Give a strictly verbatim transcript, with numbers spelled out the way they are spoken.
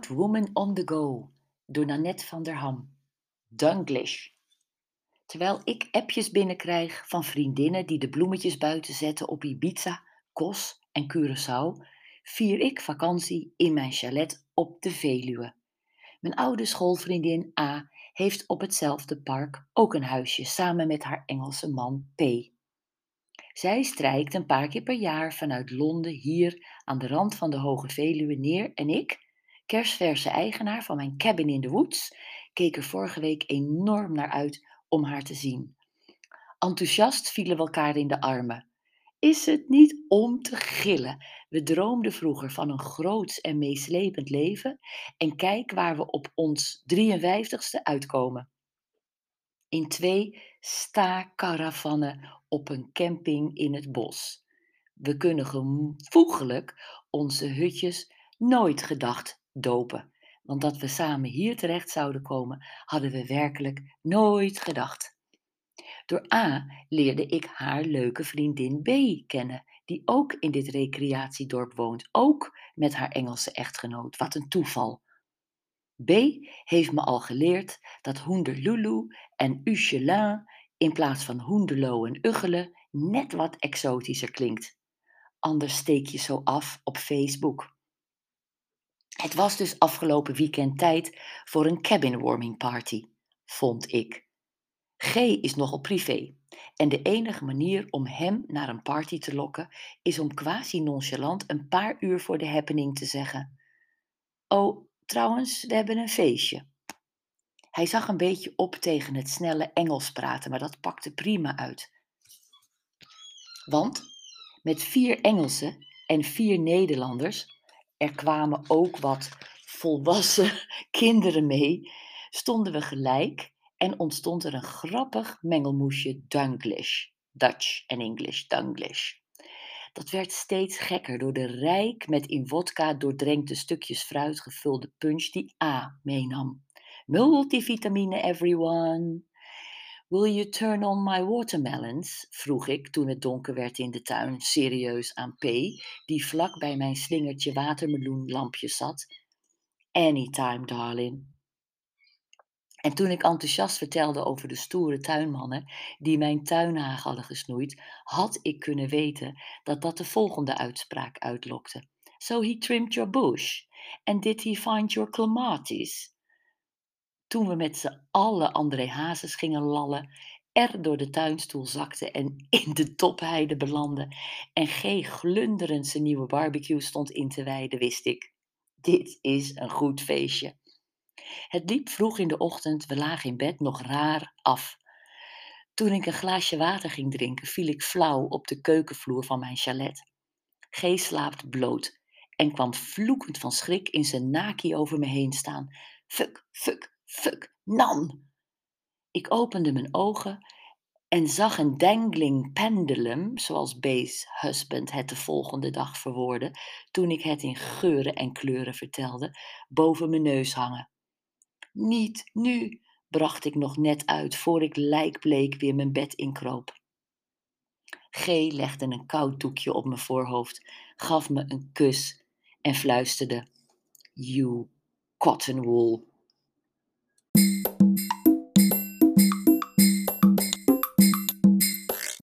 Proud Woman on the Go door Nanette van der Ham. Dunglish. Terwijl ik appjes binnenkrijg van vriendinnen die de bloemetjes buiten zetten op Ibiza, Kos en Curaçao, vier ik vakantie in mijn chalet op de Veluwe. Mijn oude schoolvriendin A heeft op hetzelfde park ook een huisje samen met haar Engelse man P. Zij strijkt een paar keer per jaar vanuit Londen hier aan de rand van de Hoge Veluwe neer en ik, kersverse eigenaar van mijn cabin in the woods, keek er vorige week enorm naar uit om haar te zien. Enthousiast vielen we elkaar in de armen. Is het niet om te gillen? We droomden vroeger van een groots en meeslepend leven en kijk waar we op ons drieënvijftigste uitkomen. In twee sta-karavannen op een camping in het bos. We kunnen gevoeglijk onze hutjes nooit gedacht dopen, want dat we samen hier terecht zouden komen, hadden we werkelijk nooit gedacht. Door A leerde ik haar leuke vriendin B kennen, die ook in dit recreatiedorp woont, ook met haar Engelse echtgenoot. Wat een toeval. B heeft me al geleerd dat Hoenderloeloe en Uchelin in plaats van Hoenderloo en Uggelen net wat exotischer klinkt. Anders steek je zo af op Facebook. Het was dus afgelopen weekend tijd voor een cabin warming party, vond ik. G is nogal privé en de enige manier om hem naar een party te lokken is om quasi nonchalant een paar uur voor de happening te zeggen: "Oh, trouwens, we hebben een feestje." Hij zag een beetje op tegen het snelle Engels praten, maar dat pakte prima uit. Want met vier Engelsen en vier Nederlanders, er kwamen ook wat volwassen kinderen mee, stonden we gelijk en ontstond er een grappig mengelmoesje Dunglish, Dutch en English Dunglish. Dat werd steeds gekker door de rijk met in wodka doordrenkte stukjes fruit gevulde punch die A meenam. Multivitamine, everyone. Will you turn on my watermelons? Vroeg ik toen het donker werd in de tuin, serieus aan P, die vlak bij mijn slingertje watermeloenlampje zat. Anytime, darling. En toen ik enthousiast vertelde over de stoere tuinmannen die mijn tuinhaag hadden gesnoeid, had ik kunnen weten dat dat de volgende uitspraak uitlokte. So he trimmed your bush. And did he find your clematis? Toen we met z'n allen André Hazes gingen lallen, er door de tuinstoel zakte en in de topheide belandde en G glunderend zijn nieuwe barbecue stond in te wijden, wist ik: dit is een goed feestje. Het liep vroeg in de ochtend, we lagen in bed, nog raar af. Toen ik een glaasje water ging drinken, viel ik flauw op de keukenvloer van mijn chalet. G slaapt bloot en kwam vloekend van schrik in zijn naki over me heen staan. Fuck, fuck, fuck, Nan! Ik opende mijn ogen en zag een dangling pendulum, zoals B's husband het de volgende dag verwoordde, toen ik het in geuren en kleuren vertelde, boven mijn neus hangen. Niet nu, bracht ik nog net uit voor ik lijkbleek weer mijn bed inkroop. G legde een koud doekje op mijn voorhoofd, gaf me een kus en fluisterde: You cotton wool.